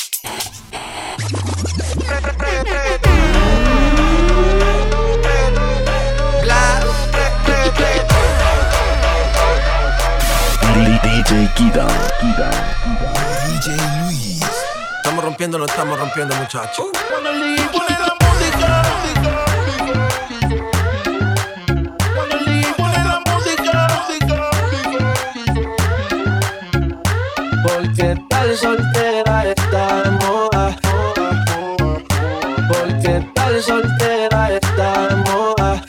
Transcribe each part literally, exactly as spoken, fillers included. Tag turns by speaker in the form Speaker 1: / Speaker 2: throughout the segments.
Speaker 1: D J Kida, Kida,
Speaker 2: D J Luis.
Speaker 3: Estamos rompiendo, lo estamos rompiendo, muchachos.
Speaker 2: Cuando el D J pone la música, cuando el D J pone la música,
Speaker 4: porque tal soltera está de moda, porque tal soltera está de moda.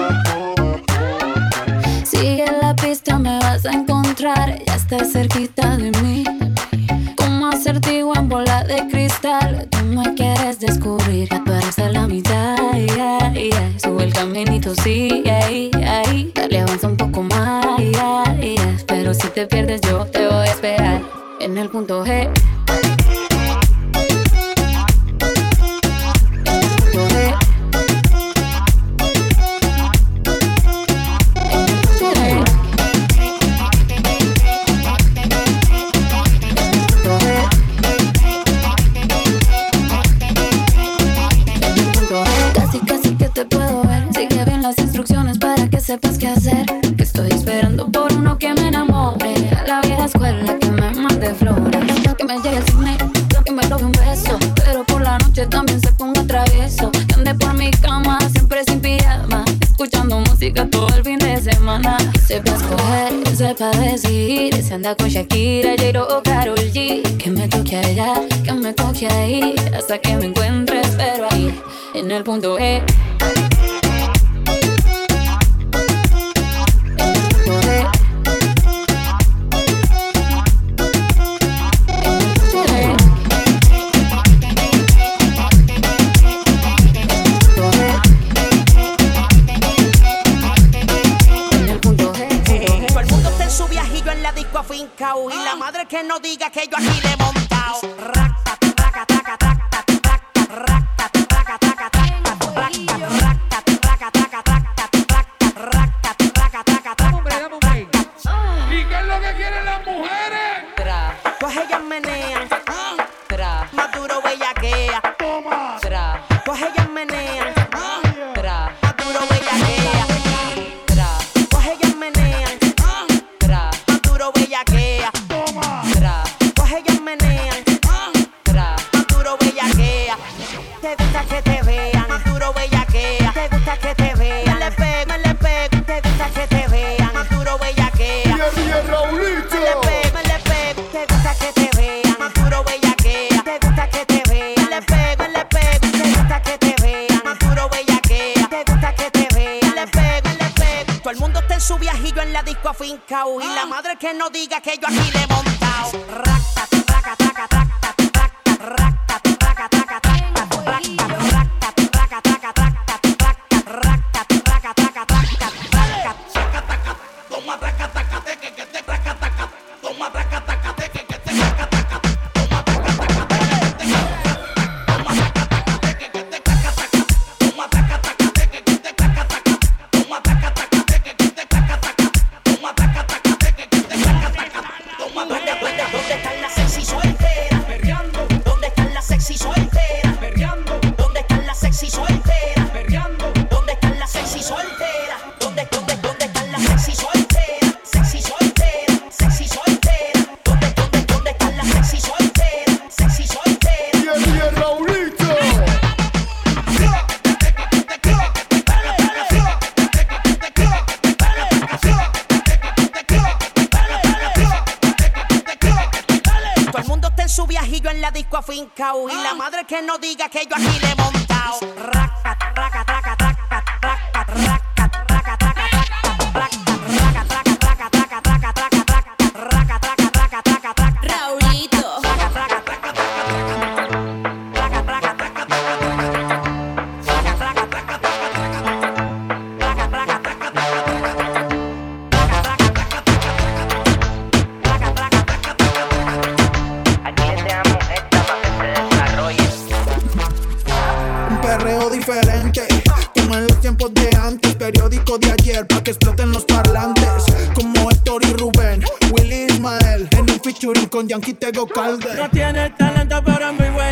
Speaker 5: Sigue la pista, me vas a encontrar, ya estás cerquita de mí. Como acertijo en bola de cristal, tú me quieres descubrir, tú eres a la mitad, yeah, yeah. Sube el caminito, sí, ahí, ahí. Dale, avanza un poco más, yeah, yeah. Pero si te pierdes yo te voy a esperar en el punto G. Sepas qué hacer, que estoy esperando por uno que me enamore. A la vieja escuela que me mande flores, que me llegue el cine, que me robe un beso, pero por la noche también se ponga travieso. Que ande por mi cama siempre sin pijama, escuchando música todo el fin de semana. Que sepa escoger, que sepa decidir, si anda con Shakira, J-Lo o Karol G. Que me toque allá, que me toque ahí, hasta que me encuentre, pero ahí, en el punto E.
Speaker 6: Y la madre que no diga que yo aquí le he montado.
Speaker 2: ¿Y qué es lo que quieren las mujeres?
Speaker 6: Tra. Pues ellas menean. Tra. Más duro bellaquea.
Speaker 2: Toma.
Speaker 6: Tra. Pues ellas menean. Tra. Más duro bellaquea. Tra. Pues ellas menean. Tra. Más duro bellaquea.
Speaker 2: Toma.
Speaker 6: Tra. Pues ellas menean. Tra. Más duro bellaquea. Te gusta que te vean. Más duro bellaquea. Te gusta que te vean. Me le pego, me le pego. Te gusta que te vean. Más duro bellaquea.
Speaker 2: Y el día Raulito.
Speaker 6: Me le pego, me le pego. Te gusta que te vean. Más duro bellaquea. Te gusta que te vean. Me le pego, me le pego. Te gusta que te vean. Más duro bellaquea. Te gusta que te vean. Me le pego, me le pego. Todo el mundo está en su viajillo en la disco afincao. Y la madre que no diga que yo aquí le he montado. Raca, raca, raca, raca, raca, raca, raca, raca, ¿dónde están las sexy solteras? Perreando. ¿Dónde están las sexy solteras? Perreando. ¿Dónde están las sexy solteras? Perreando. ¿Dónde están las sexy solteras? ¿Dónde, dónde, dónde están las sexy solteras? Sexy solteras, sexy solteras. ¿Dónde, dónde, dónde están las sexy solteras? Sexy solteras.
Speaker 2: Y el día Raulito.
Speaker 6: Todo el mundo está en su viajillo en la disco afincao. Y la madre que no diga que yo aquí le he montado. Raca, raca, raca, raca, raca, raca, raca, raca, raca,
Speaker 5: Raulito.
Speaker 2: Un perreo diferente, como en los tiempos de antes. Periódico de ayer, pa' que exploten los parlantes. Como Héctor y Rubén, Willy Ismael. En un featuring con Yankee Tego Calde.
Speaker 4: No tiene talento pero es muy bueno.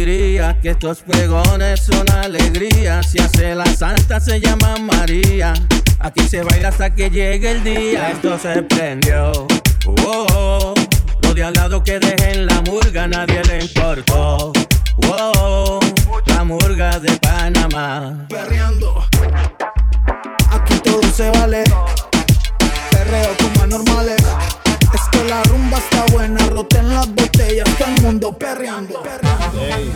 Speaker 7: alegría, que estos pregones son alegría. Si hace la santa se llama María. Aquí se baila hasta que llegue el día. Esto se prendió. Oh, oh, oh. Lo de al lado que dejen la murga, nadie le importó. Oh, oh. La murga de Panamá.
Speaker 2: Perreando. Aquí todo se vale. Perreo como anormales. Es que la rumba está buena, roten las botellas, todo el mundo perreando.
Speaker 8: Ey, ey,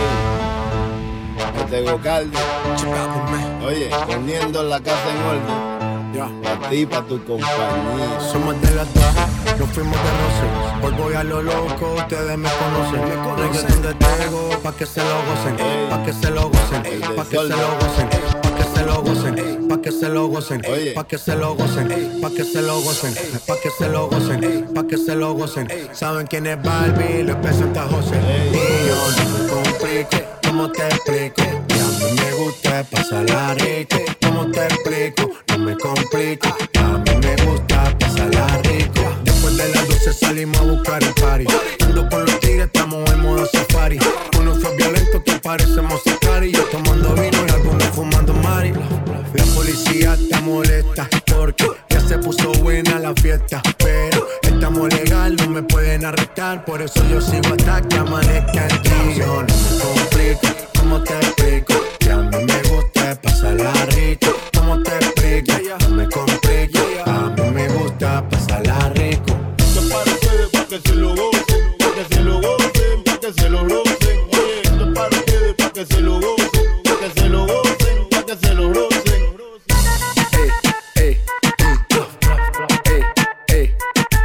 Speaker 8: yo tengo caldo. Oye, poniendo la casa en orden. Ya, a ti, pa' tu compañía.
Speaker 9: Somos de las dos, nos fuimos de roce. Hoy voy a lo loco, ustedes me conocen. Me conocen donde tengo, pa' que se lo gocen. Ey. Pa' que se lo gocen, ey, pa' que se lo gocen. Pa' que se lo gocen, pa' que se lo gocen. Oye. Pa' que se lo gocen, pa' que se lo gocen. Pa' que se lo gocen, pa' que se lo gocen. Saben quién es Barbie, lo Santa José. Y yo no me complico, ¿cómo te explico? Que a mí me gusta pasarla rico. ¿Cómo te explico? No me complico, a mí me gusta pasarla rico. Después de las doce salimos a buscar el party. Ando con los tigres, estamos en modo safari. Uno fue violento que parecemos sicari. Yo tomando vino y algunos fumando mari. La policía está molesta porque ya se puso buena la fiesta. Pero estamos legal, no me pueden arrestar. Por eso yo sigo hasta que amanezca el día. Yo no me complico, ¿cómo te explico? Que a mí me gusta pasarla rico. ¿Cómo te explico? No me complico, a mí me gusta pasarla rico.
Speaker 8: Esto es para ustedes, pa' que se lo gocen, pa' que se lo gocen, pa' que se lo rocen. Oye, esto es para ustedes, pa' que se lo gocen, pa' que se lo gocen, pa' que se lo rocen.
Speaker 9: Ey, ey, ey, ey,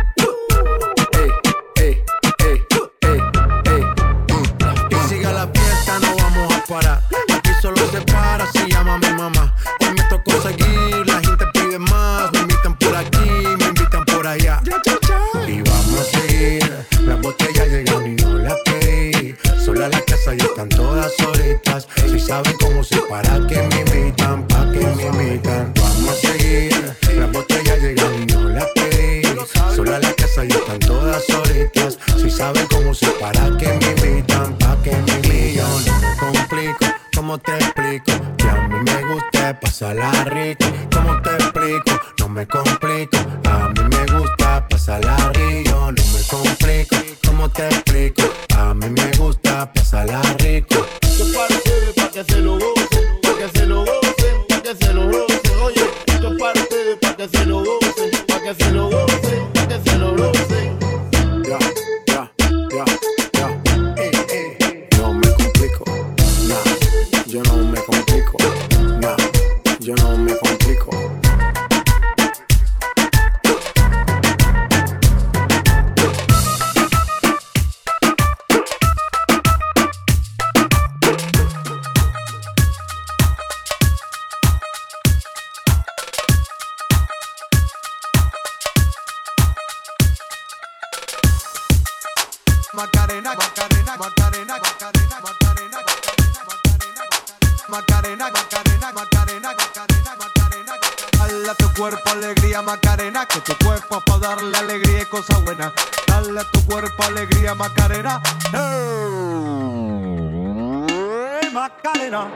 Speaker 9: ey, ey, ey, ey. Y siga la fiesta, no vamos a parar. Aquí solo se para si llama a mi mamá. Hoy me tocó seguir, la gente pide más. Me invitan por aquí, me invitan por allá. Y vamos a seguir, las botellas llegan y no las pedí. Sola la casa y están todas solitas. Si saben cómo se para que me invitan, pa' que me invitan. Vamos a seguir, las botellas llegan y no las pedí. Sola la casa y están todas solitas. Si saben cómo se para que me invitan, pa' que me invitan. No me complico, ¿cómo te explico? Que a mí me gusta pasarla rico. ¿Cómo te explico? No me complico, a mí me gusta pasarla rico. No me complico, ¿cómo te explico? A mí me gusta pasarla rico.
Speaker 8: Esto es para ustedes, pa' que se lo gocen, pa' que se lo gocen, pa' que se lo rocen. Oye, esto es para ustedes, pa' que se lo gocen, pa' que se lo gocen, pa' que se lo rocen.
Speaker 9: Ya, ya, ya, ya. Ey, ey. No me complico, nah. Yo no me complico, nah. Yo no me complico.
Speaker 10: Macarena, Macarena, Macarena, Macarena, Macarena, Macarena, Macarena, Macarena, Macarena, Macarena. Dale a tu cuerpo alegría, Macarena, que tu cuerpo es pa' darle alegría y cosas buenas. Dale a tu cuerpo alegría, Macarena. Hey, Macarena.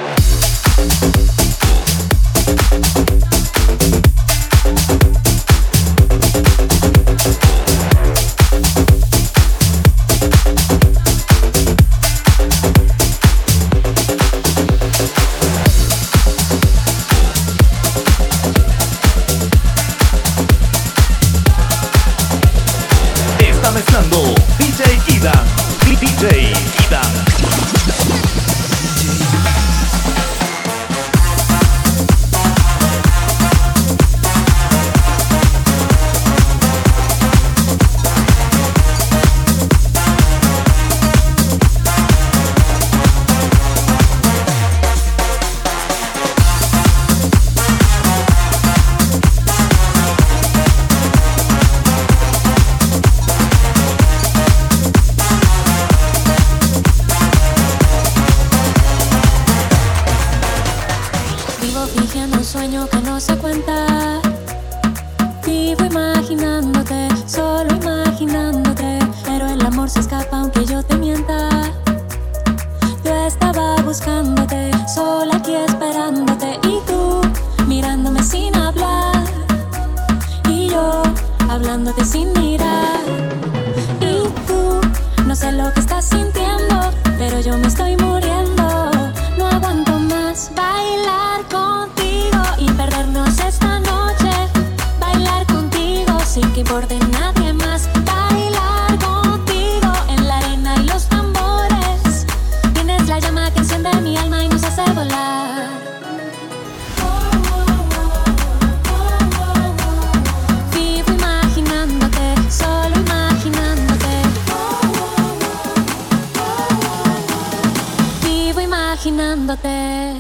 Speaker 1: Está mezclando D J Idan, D J Idan.
Speaker 5: Se escapa aunque yo te mienta. estaba buscándote, sola aquí esperándote. Y tú mirándome sin hablar, y yo hablándote sin mirar. Y tú, no sé lo que estás sintiendo, pero yo me estoy muriendo. No aguanto más bailar contigo y perdernos esta noche. Bailar contigo sin que importe nadie más. Bailar contigo en la arena y los tambores. Tienes la llama que enciende mi alma y nos hace volar. Vivo imaginándote, solo imaginándote. Vivo imaginándote.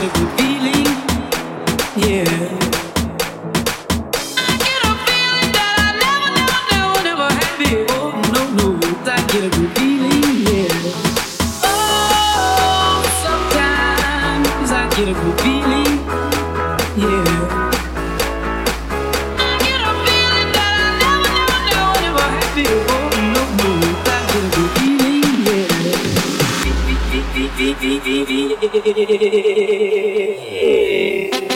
Speaker 11: a good feeling, yeah. Get a good feeling, yeah. I get a feeling that I never, never, never, never had before. No, no, I get a good feeling, yeah.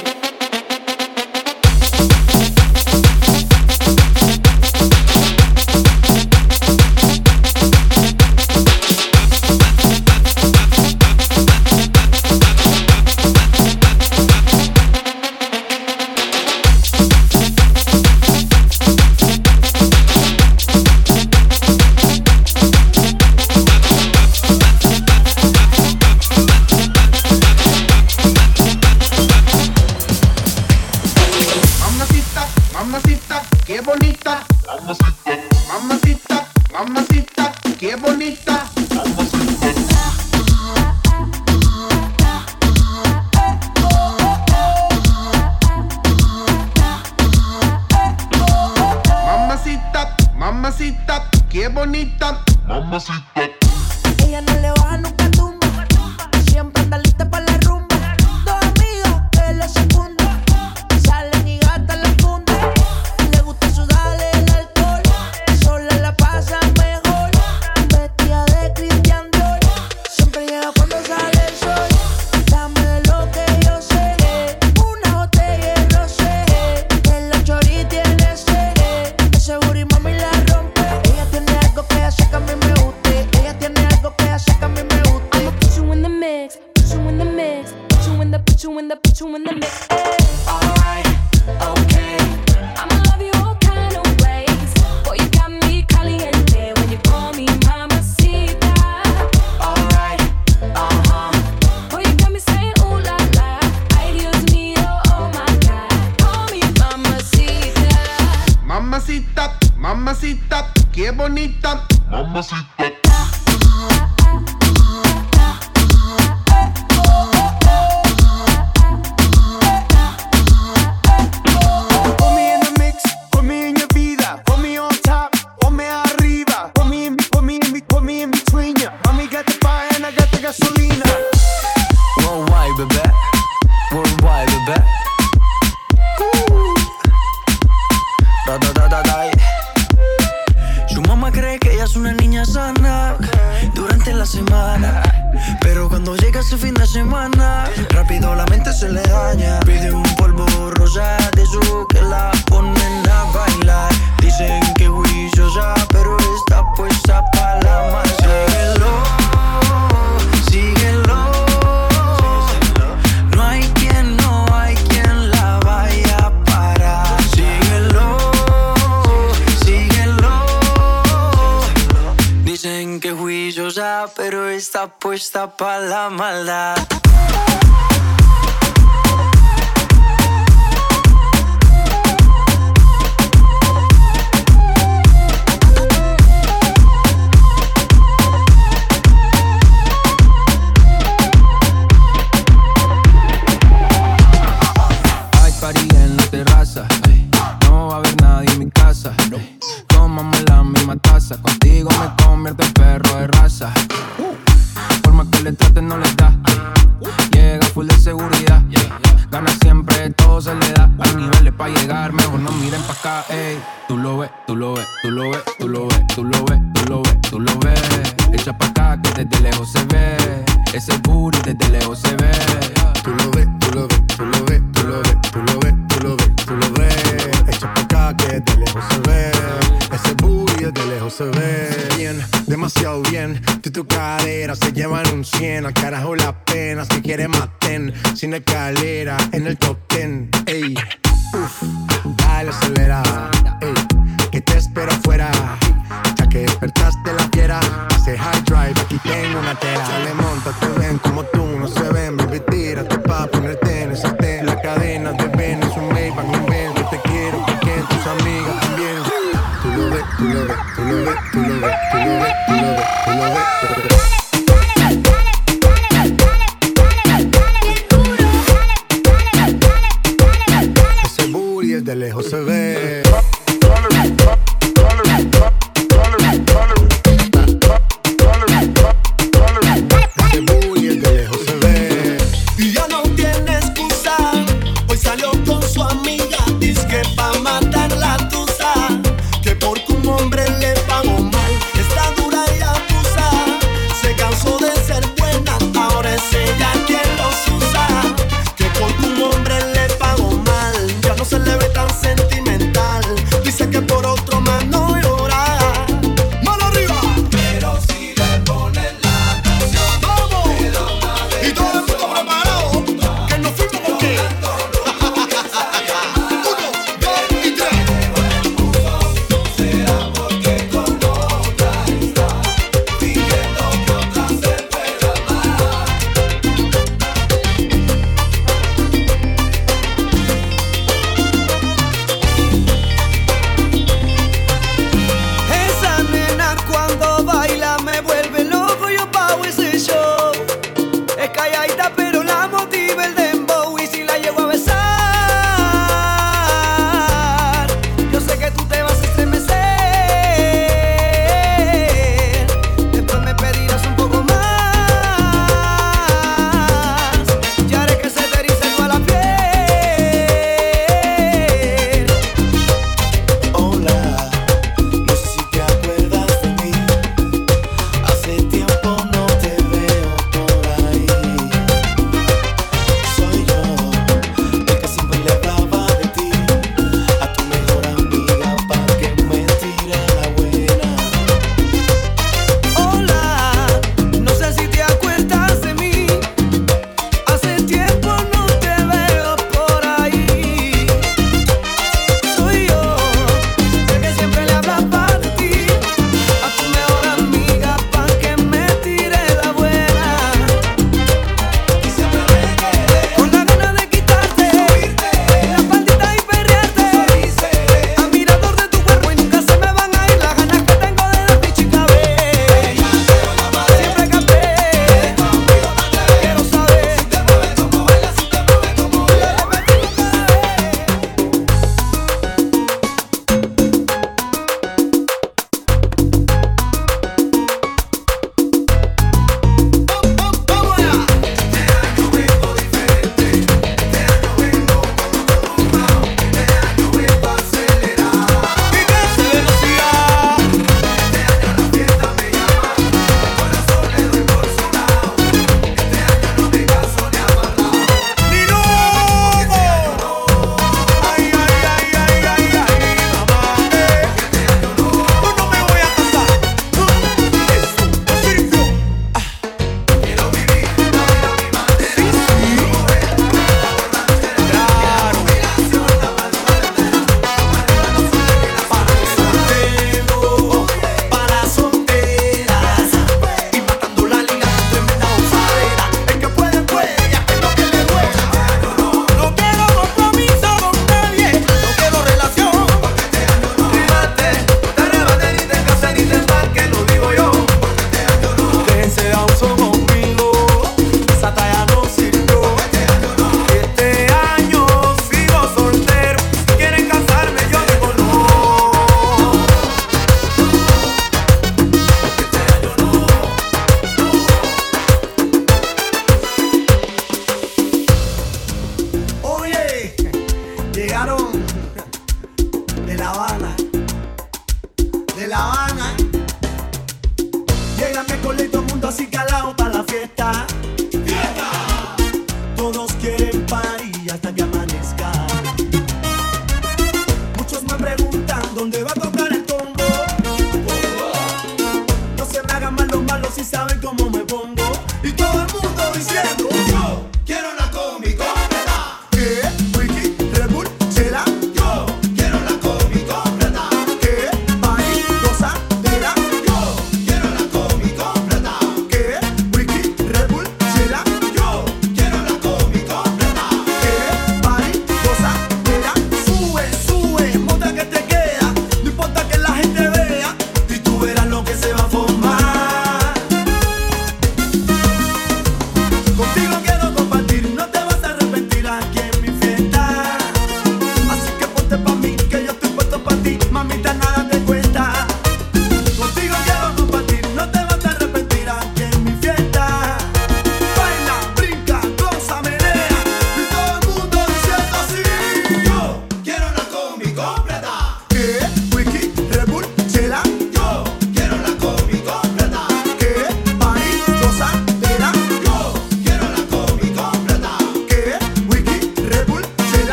Speaker 12: Pero está puesta pa' la maldad.
Speaker 13: Hay party en la terraza, no va a haber nadie en mi casa. Tomamos la misma taza, contigo me convierto en perro de raza. Forma que le traten no les da. Llega full de seguridad. Gana siempre, todo se le da. Hay niveles pa' llegar, mejor no miren pa' acá, ey. Tú lo ves, tú lo ves, tú lo ves, tú lo ves, tú lo ves, tú lo ves, tú lo ves. Echa pa' acá que desde lejos se ve. Ese booty desde lejos se ve.
Speaker 9: Tú lo ves, tú lo ves, tú lo ves, tú lo ves, tú lo ves, tú lo ves, tú lo ves. Echa pa' acá que desde lejos se ve. Ese booty desde lejos se ve. Bien, demasiado bien. Tú y tu cadera se llevan un cien. Al carajo las penas que quieren maten. Sin escalera en el top ten. Ey, uff, dale acelera. Ey, que te espero afuera. Ya que despertaste la fiera. Hace high drive, aquí tengo una tela. Dale, monta, te ven como tú no se ven. Baby, tírate pa' ponerte en ese ten. La cadena de Ben es un Maybach, un Benz. Yo te quiero porque tus amigas también. Tú lo ves, tú lo ves, tú lo ves, tú lo ves, tú lo ves, tú lo ves, tú lo ves.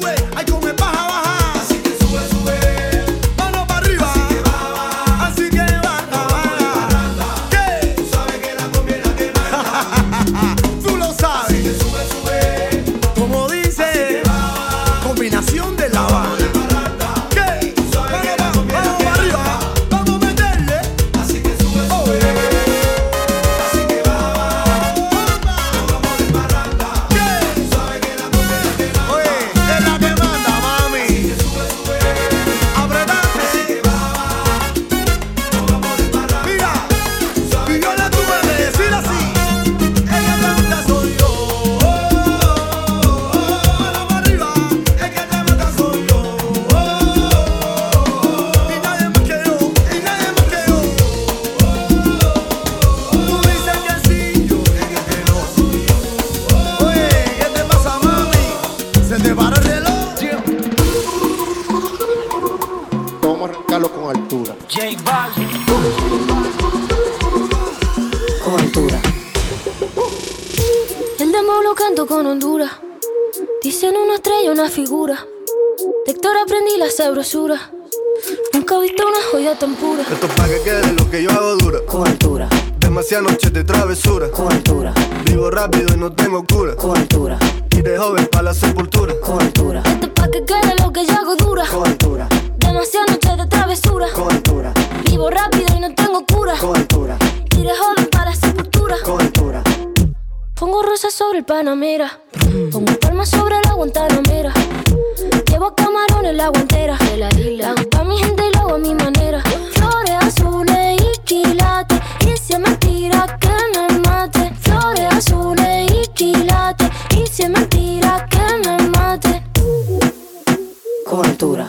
Speaker 2: sube, ay come baja, baja. Así que sube, sube, mano para arriba. Así que baja, baja. Así que baja, baja. ¿Qué? Tú sabes que la conviene a quemar. Tú lo sabes. Así que sube, sube. Como dice, combinación de La Habana.
Speaker 14: Con Honduras, dicen una estrella, una figura. De Héctor aprendí la sabrosura. Nunca he visto una joya tan pura.
Speaker 15: Esto es pa' que quede lo que yo hago dura.
Speaker 14: Con altura.
Speaker 15: Demasiadas noches de travesura.
Speaker 14: Con altura.
Speaker 15: Vivo rápido y no tengo cura.
Speaker 14: Con altura.
Speaker 15: Y de joven pa' la sepultura.
Speaker 14: Con altura. Esto es pa' que quede lo que yo hago dura.
Speaker 15: Con altura.
Speaker 14: Demasiadas noches de travesura.
Speaker 15: Con altura.
Speaker 14: Vivo rápido y no tengo cura.
Speaker 15: Con altura.
Speaker 14: Y de joven pa' la sepultura.
Speaker 15: Con altura.
Speaker 14: Pongo rosas sobre el Panamera. Pongo palmas sobre la Guantanamera. Llevo camarones en la guantera. De la isla. Hago pa' mi gente y lo hago a mi manera. Flores azules y quilates. Y si es mentira que me mate. Flores azules y quilates. Y si es mentira que me mate. Con altura.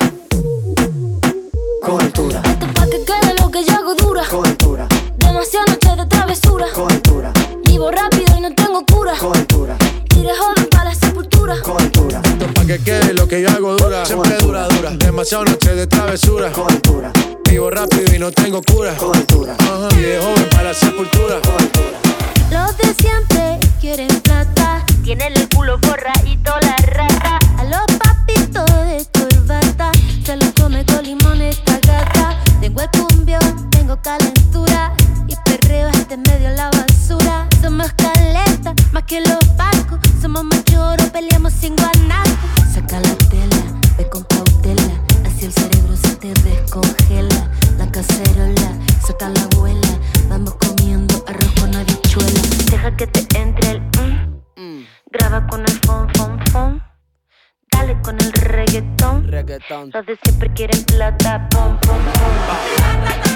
Speaker 14: Con altura. Esto es pa' que quede lo que yo hago dura.
Speaker 15: Con altura.
Speaker 14: Demasiadas noches de travesura.
Speaker 15: Con altura.
Speaker 14: Vivo rápido y no tengo cura.
Speaker 15: Con altura.
Speaker 14: Y de joven pa' la sepultura.
Speaker 15: Con altura.
Speaker 3: Esto es pa' que quede lo que yo hago dura. Siempre dura, dura. Demasiadas noches de travesura.
Speaker 15: Con altura.
Speaker 3: Vivo rápido y no tengo cura.
Speaker 15: Con altura.
Speaker 3: Ajá. Y de joven para la sepultura.
Speaker 15: Con altura.
Speaker 14: Los de siempre quieren plata.
Speaker 16: Tienen el culo forradito la rata.
Speaker 14: A los papitos de corbata se los come con limón esta gata. Tengo el cumbión, tengo calentura. Y perreo este medio la basura. Somos caleta, más que los pacos. Somos machoros, peleamos sin guanaco. Saca la tela, ve con cautela. Así el cerebro se te descongela. La cacerola, saca la abuela. Vamos comiendo arroz con habichuela.
Speaker 16: Deja que te entre el mm. Mm. Graba con el fon, fon, fon. Dale con el reggaetón.
Speaker 17: Reggaetón.
Speaker 16: Los de siempre quieren plata. Pom, pom, pom.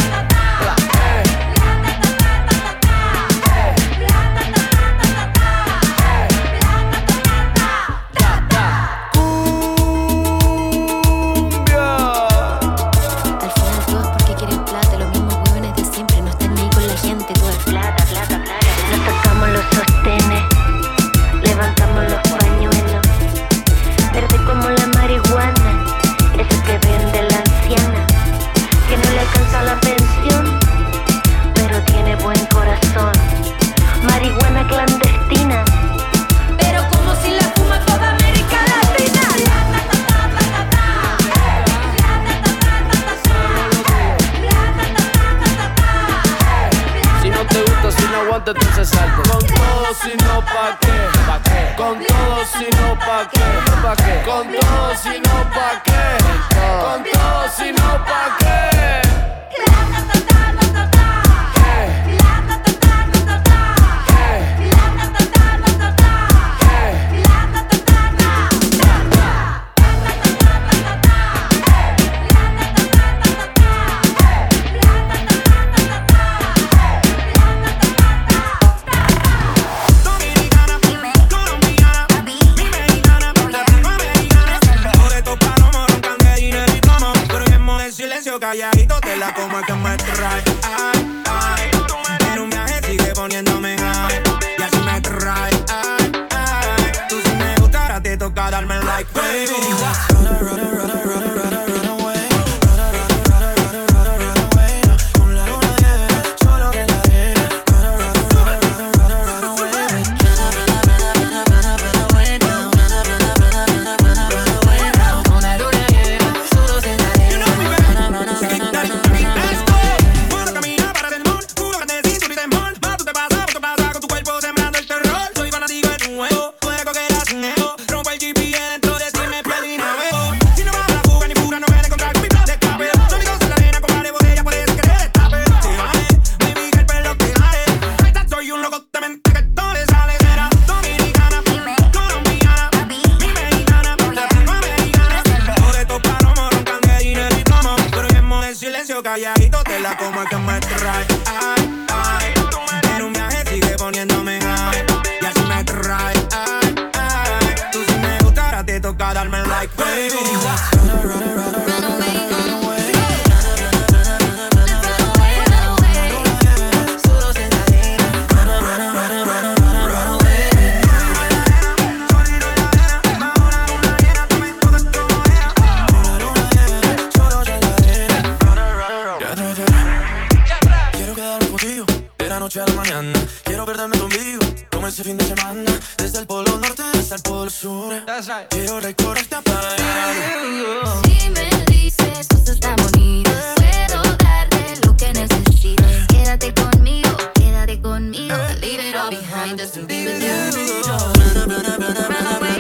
Speaker 17: Entonces salte. Con todo si no pa' qué, pa' qué. Con todo si no pa' qué, pa' qué. Con todo si no pa' qué. Con todo si no pa' qué.
Speaker 18: Calladito te la como el que me trae. Ay, ay. En un viaje sigue poniéndome high. Y así me trae. Ay, ay. Tú si me gusta, ahora te toca darme like, baby. calladito te la como el que me trae. Ay, ay. En un viaje sigue poniéndome high. Y así me trae. Ay, ay. Tú si me gustara te toca darme like, baby. Run, run, run, run, run away.
Speaker 19: Noche a la mañana, quiero perderme conmigo, como ese fin de semana, desde el polo norte hasta el polo sur. Right. Quiero recorrerte a playa.
Speaker 5: Si me dices cosas tan bonitas, puedo darte lo que necesitas. Quédate conmigo, quédate conmigo. Leave it all behind just to be with you. Run away.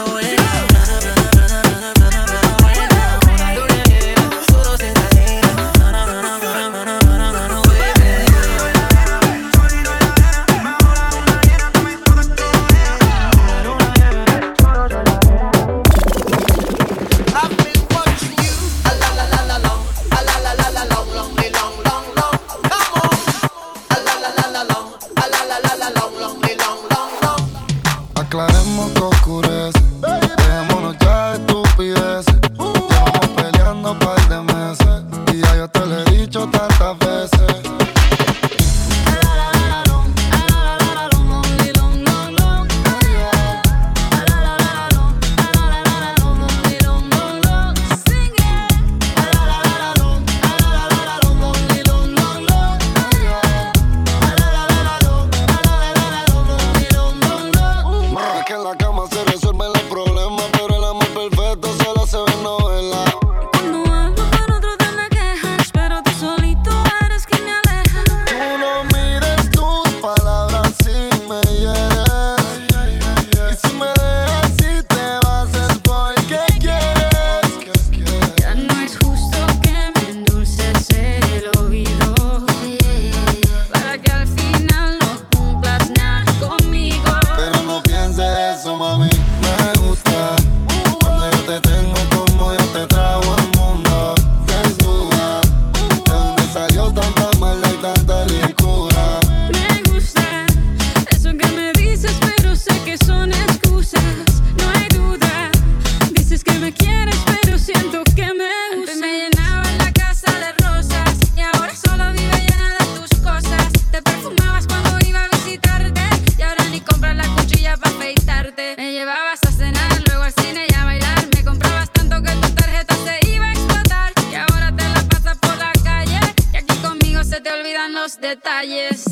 Speaker 20: Aclaremos que oscurece, dejémonos ya de estupideces. Llevamos peleando un par de meses y ya yo te lo he dicho tantas veces.
Speaker 5: Detalles.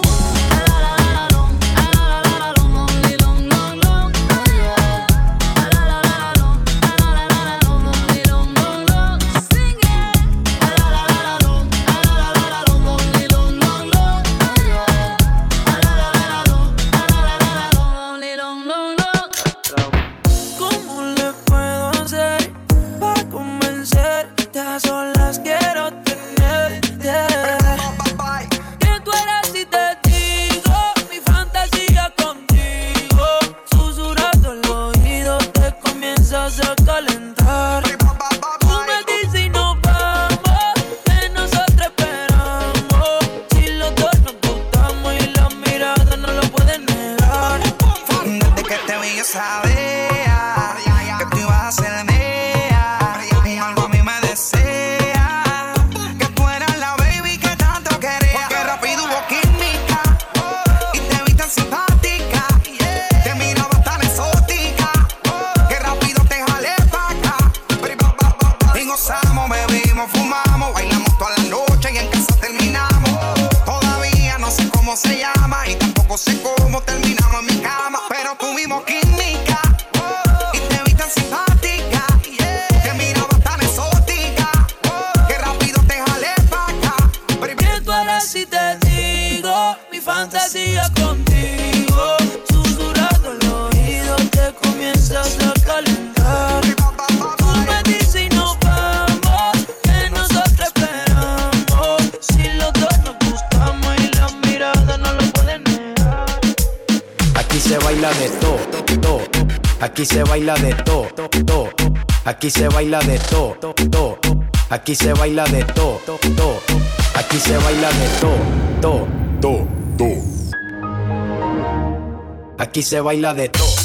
Speaker 19: ¿Cómo le puedo hacer para convencerte? A solas quiero tenerte. Que tú eres y te digo mi fantasía contigo. Susurrando el oído te comienzas a calentar. Tú me dices y nos vamos, que nosotros esperamos. Si los dos nos gustamos y la mirada no lo pueden negar.
Speaker 6: Desde que te vi yo sabía que tú ibas a ser mía. Y algo a mí me desea que tú eras la baby que tanto quería. Porque rápido hubo química y te vi tan simpática. Te miraba tan exótica que rápido te jalé pa' acá. Y gozamos, bebimos, fumamos, bailamos toda la noche y en casa terminamos. Todavía no sé cómo se llama y tampoco sé cómo terminamos en mi cama. Pero tuvimos química y te vi tan simpática. Te miraba tan exótica que rápido te jalé pa' acá.
Speaker 19: Que tú eres y te digo mi fantasía contigo. Susurrando el oído te comienzas a calentar. Tú me dices y nos vamos, que nosotros esperamos. Si los dos nos gustamos y la mirada no lo pueden negar.
Speaker 21: Aquí se baila de todo, todo. Aquí se baila de todo, todo. Aquí se baila de todo, todo. Aquí se baila de todo, todo. Aquí se baila de todo, todo, todo, todo. Aquí se baila de todo.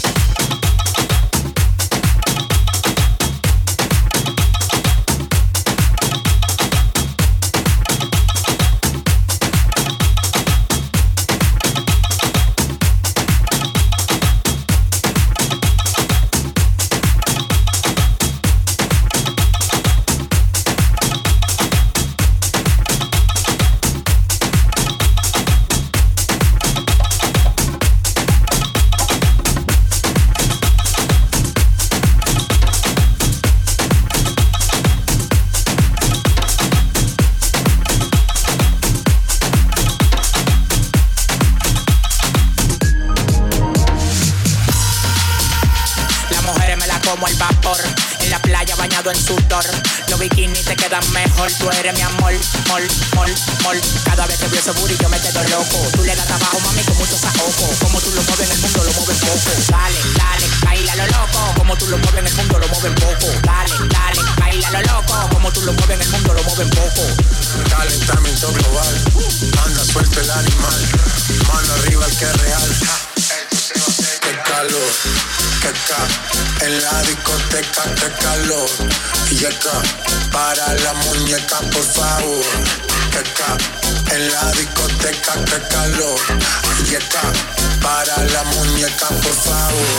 Speaker 4: En sudor, los bikinis te quedan mejor. Tú eres mi amor, mol, mol, mol. Cada vez que veo ese booty yo me quedo loco. Tú le das trabajo, mami, con mucho saoco. Como tú lo mueves en el mundo, lo mueves poco. Dale, dale, baila lo loco. Como tú lo mueves en el mundo, lo mueven poco. Dale, dale, baila lo loco. Como tú lo mueves en el mundo, lo mueven poco.
Speaker 3: Calentamiento global, anda suelto el animal. Mano arriba el que es real. Qué calor, que ca, en la discoteca, qué calor. Y acá, para la muñeca, por favor. Que ca, en la discoteca, qué calor. Y acá, para la muñeca, por favor.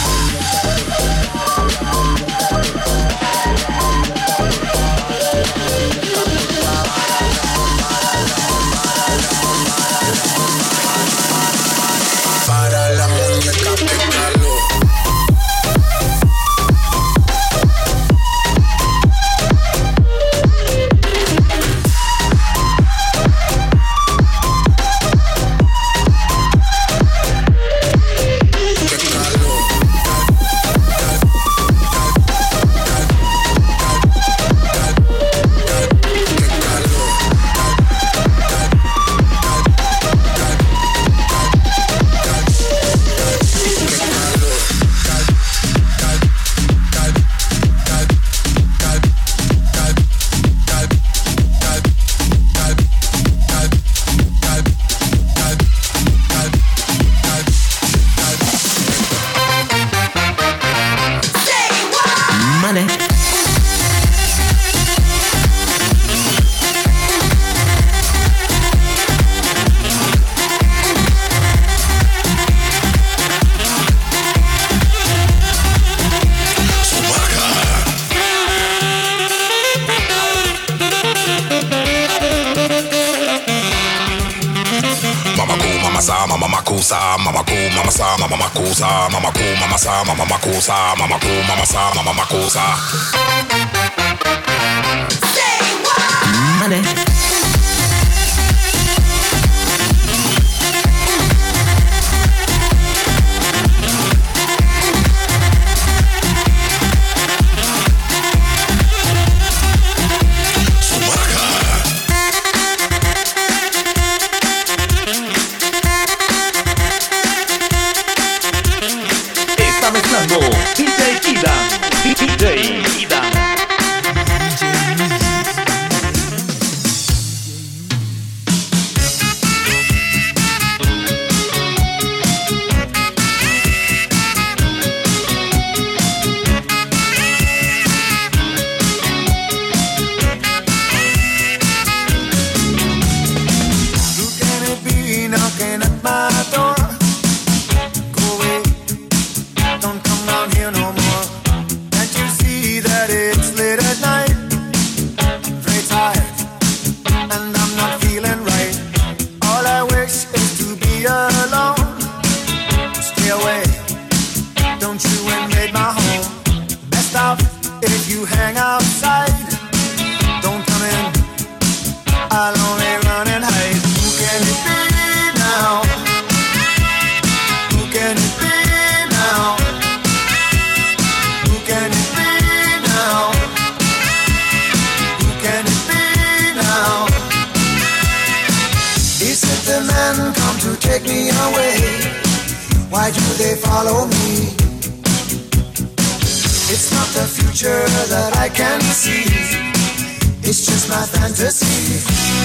Speaker 3: Para la muñeca, qué calor.
Speaker 22: mama makusa, mama ku, mama sa, mama makusa, mama ku, mama sa, mama makusa, mama ku, mama sa, mama makusa. Say what? Money.
Speaker 1: D J Kidan, D J Kidan.
Speaker 2: Who can it be knocking at my door? Go away, don't come down here no more. Can't you see that it's late at night? Very tired, and I'm not feeling right. All I wish is to be alone. Stay away, don't you invade my home. Best off if you hang outside. Don't come in, I'll only run and hide. Who can it be now? Who can it be now? Who can it be now? Who can it be now? Is it the men come to take me away? Why do they follow me? It's not the future that I can see. It's just my fantasy.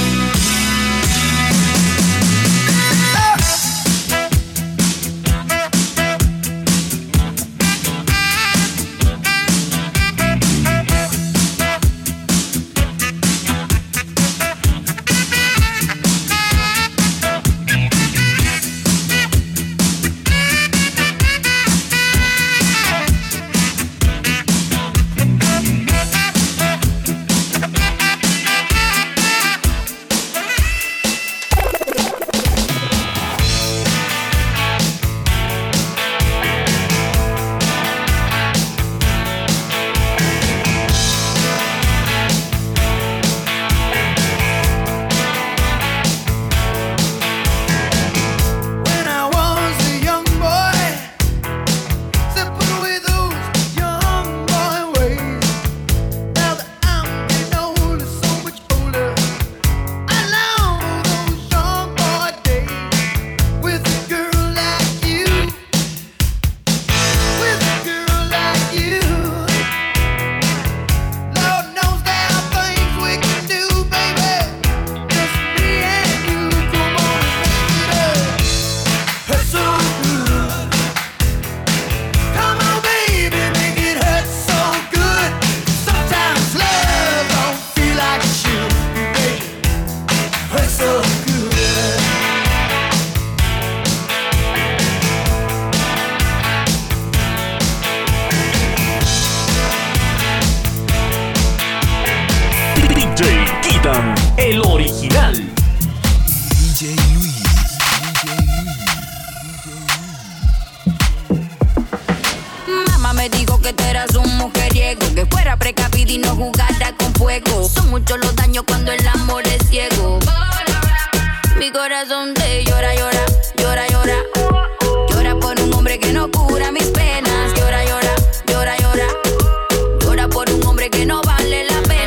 Speaker 1: El original.
Speaker 2: D J Luis.
Speaker 7: Mamá me dijo que tú eras un mujeriego, que fuera precavida y no jugara con fuego. Son muchos los daños cuando el amor es ciego. Mi corazón te llora, llora, llora, llora. Llora por un hombre que no cura mis penas. Llora, llora, llora, llora. Llora por un hombre que no vale la pena.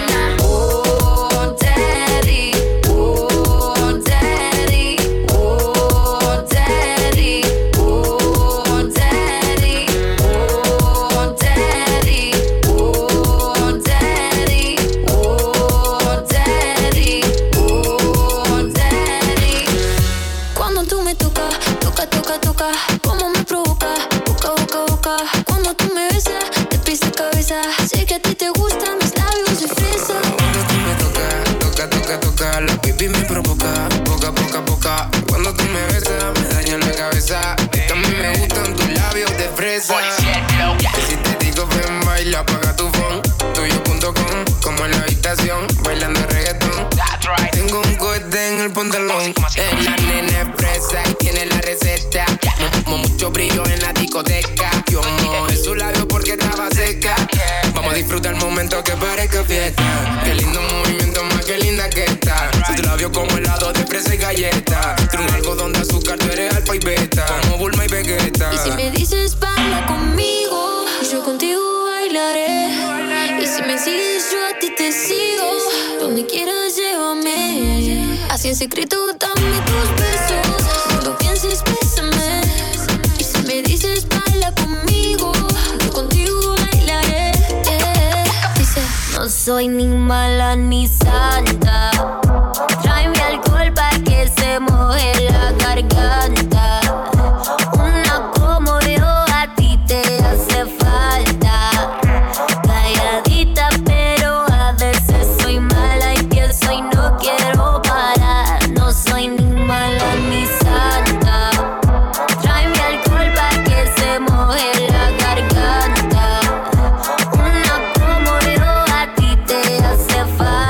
Speaker 14: Sé que a ti te gustan mis labios de fresa.
Speaker 8: Cuando tú me tocas, toca, toca, toca, la pipi me provoca, poca, poca, poca. Cuando tú me besas, me daña la cabeza. Es que a mí me gustan tus labios de fresa. Y si te digo ven, baila, apaga tu phone. Tuyo punto com, como en la habitación, bailando reggaetón. Tengo un cohete en el pantalón. Es la nena fresa y tiene la receta. Mo, mucho brillo en la discoteca. Yo mojé su labio porque estaba seca. Vamos a disfrutar el momento que parezca fiesta. Qué lindo movimiento, más que linda que está. Sus labios como helado de fresa y galleta. Tiene un algodón de azúcar, tú eres alfa y beta. Como Bulma y Vegeta.
Speaker 14: Y si me dices baila conmigo, yo contigo bailaré. Y si me sigues yo a ti te sigo. Donde quieras llévame. Así en secreto dame tus besos. No lo pienses, bésame. Y si me dices baila conmigo, yo contigo bailaré. eh. Dice, no soy ni mala ni santa. Tráeme alcohol pa' que se moje la garganta. Una como yo a ti te hace falta. Calladita pero a veces soy mala y pienso y no quiero parar. No soy ni mala ni santa. Tráeme alcohol pa' que se moje la garganta. Una como yo a ti te hace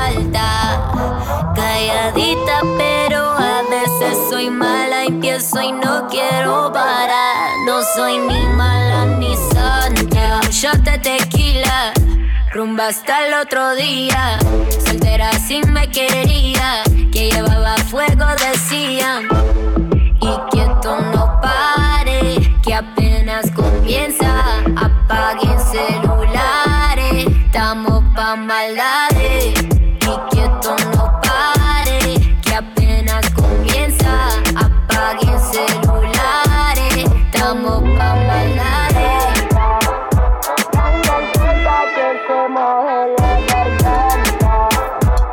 Speaker 14: falta. Calladita pero a veces soy mala y pienso y no quiero parar. No soy ni mala ni santa. Un shot de tequila, rumba hasta el otro día. Soltera sin me quería, que llevaba fuego decían. Y que esto no pare, que apenas comienza. Apaguen celulares, estamos pa' maldades. Y que esto no pare, que apenas comienza. Apaguen celulares, estamos pa' maldades. Que se moje la garganta.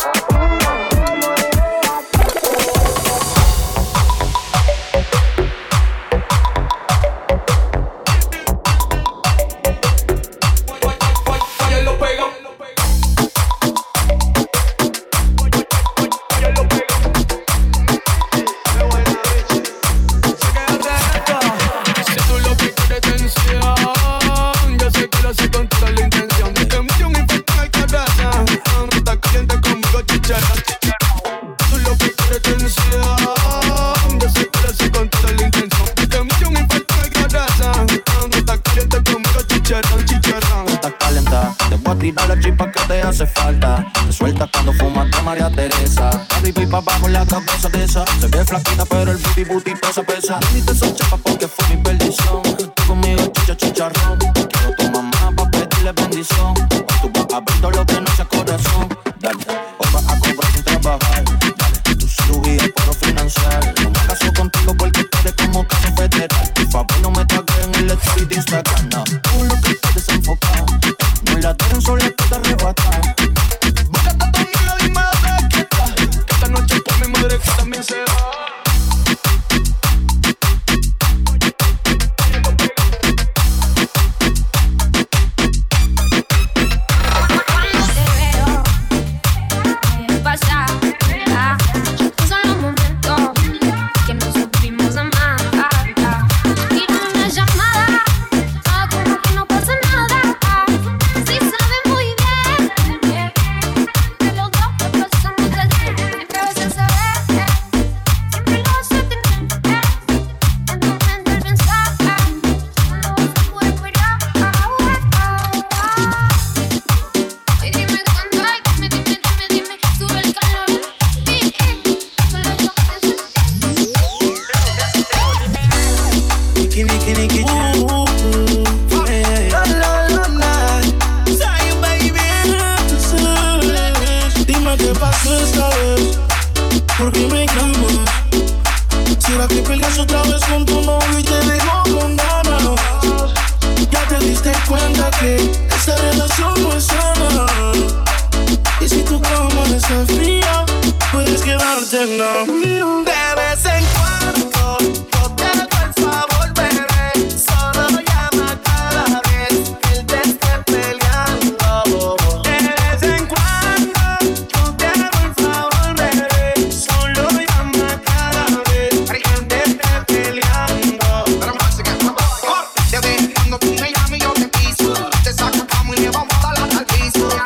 Speaker 10: pa' qué te hace falta. Te sueltas cuando fumas de María Teresa. Baby, pipa bajo la cabeza de esa. Se ve flaquita, pero el booty booty pesa, pesa. Ni te son chapa porque fue mi perdición. Tú conmigo chicha chicharrón. Quiero tu mamá pa' pedirle bendición. O tú vas a ver todo lo que no sea corazón. Dale, o vas a comprar sin trabajar. Dale, tu cirugía puedo financiar. No me caso contigo porque tú eres como caso federal. Por favor no me tagues en el story de Instagram. No, tú lo que estás desenfocado. No la dejen sola que te arrebatar. Búscate a tu amiga, dime de qué está. Que esta noche por mi madre que también se va.
Speaker 3: Cuando tú me llames yo te piso, te saco como y le vamos a dar hasta el piso.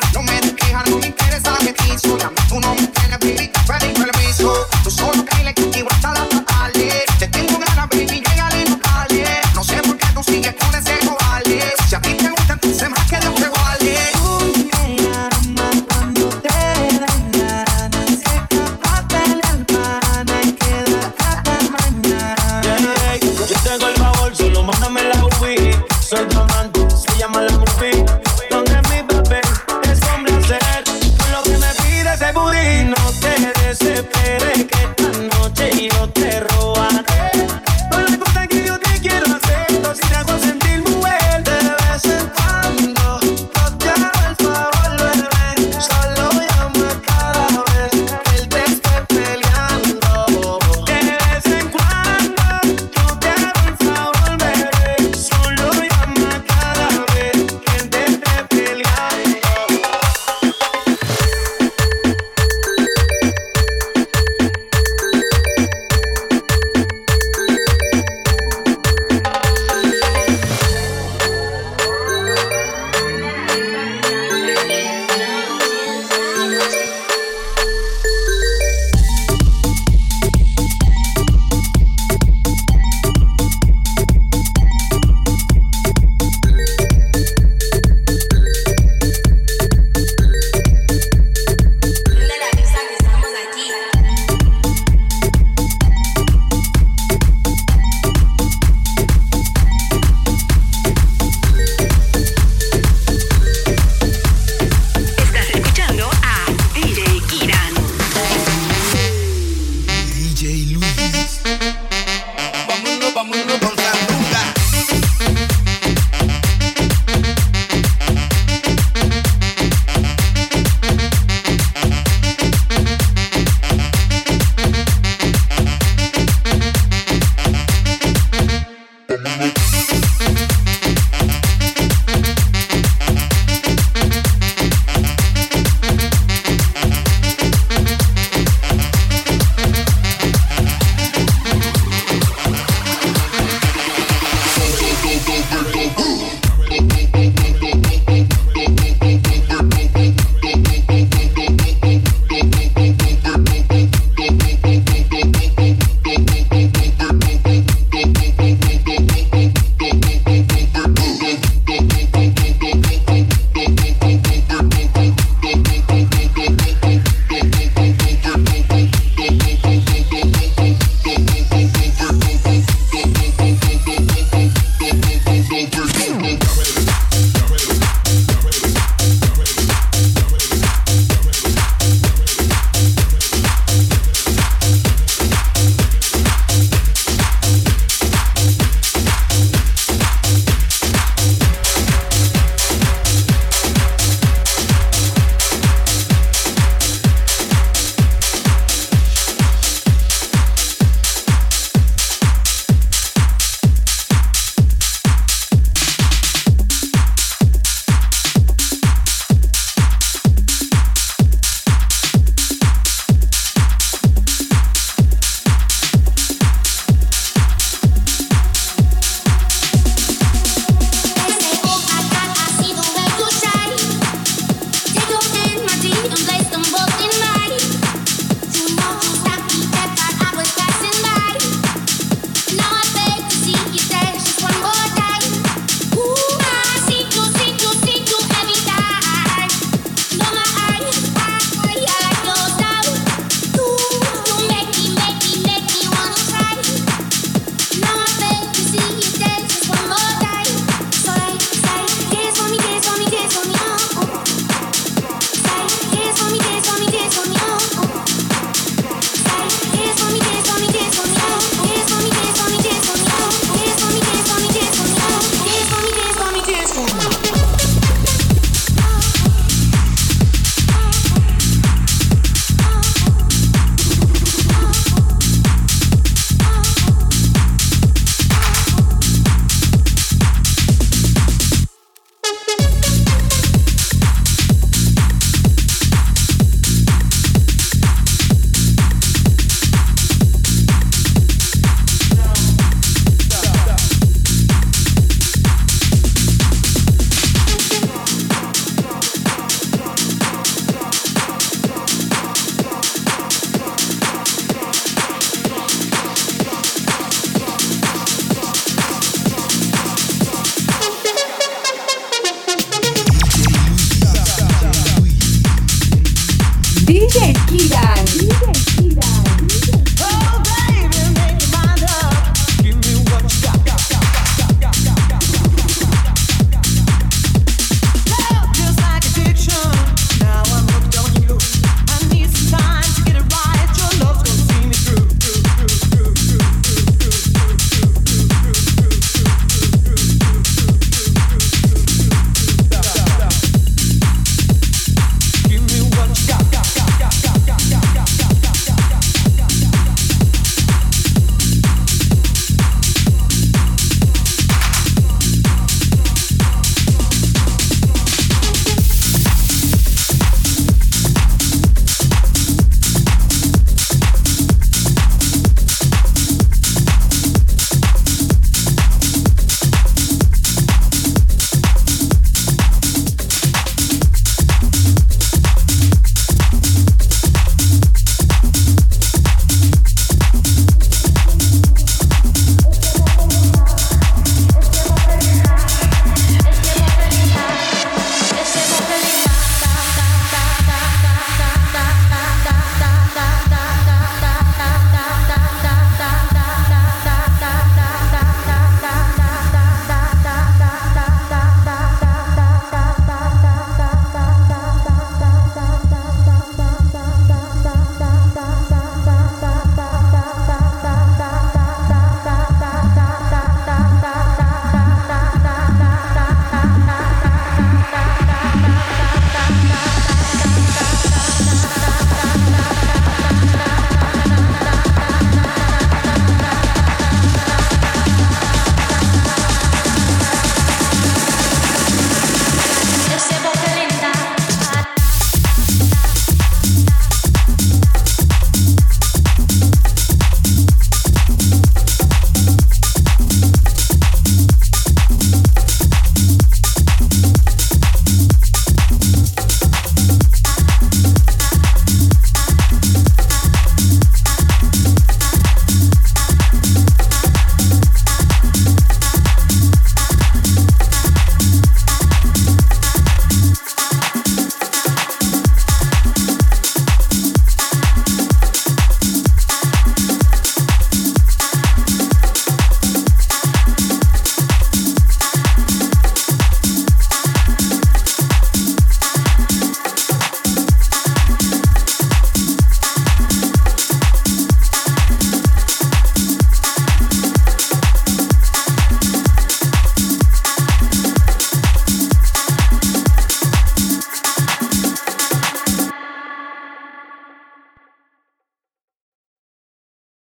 Speaker 11: D J Kidan. D J Kidan.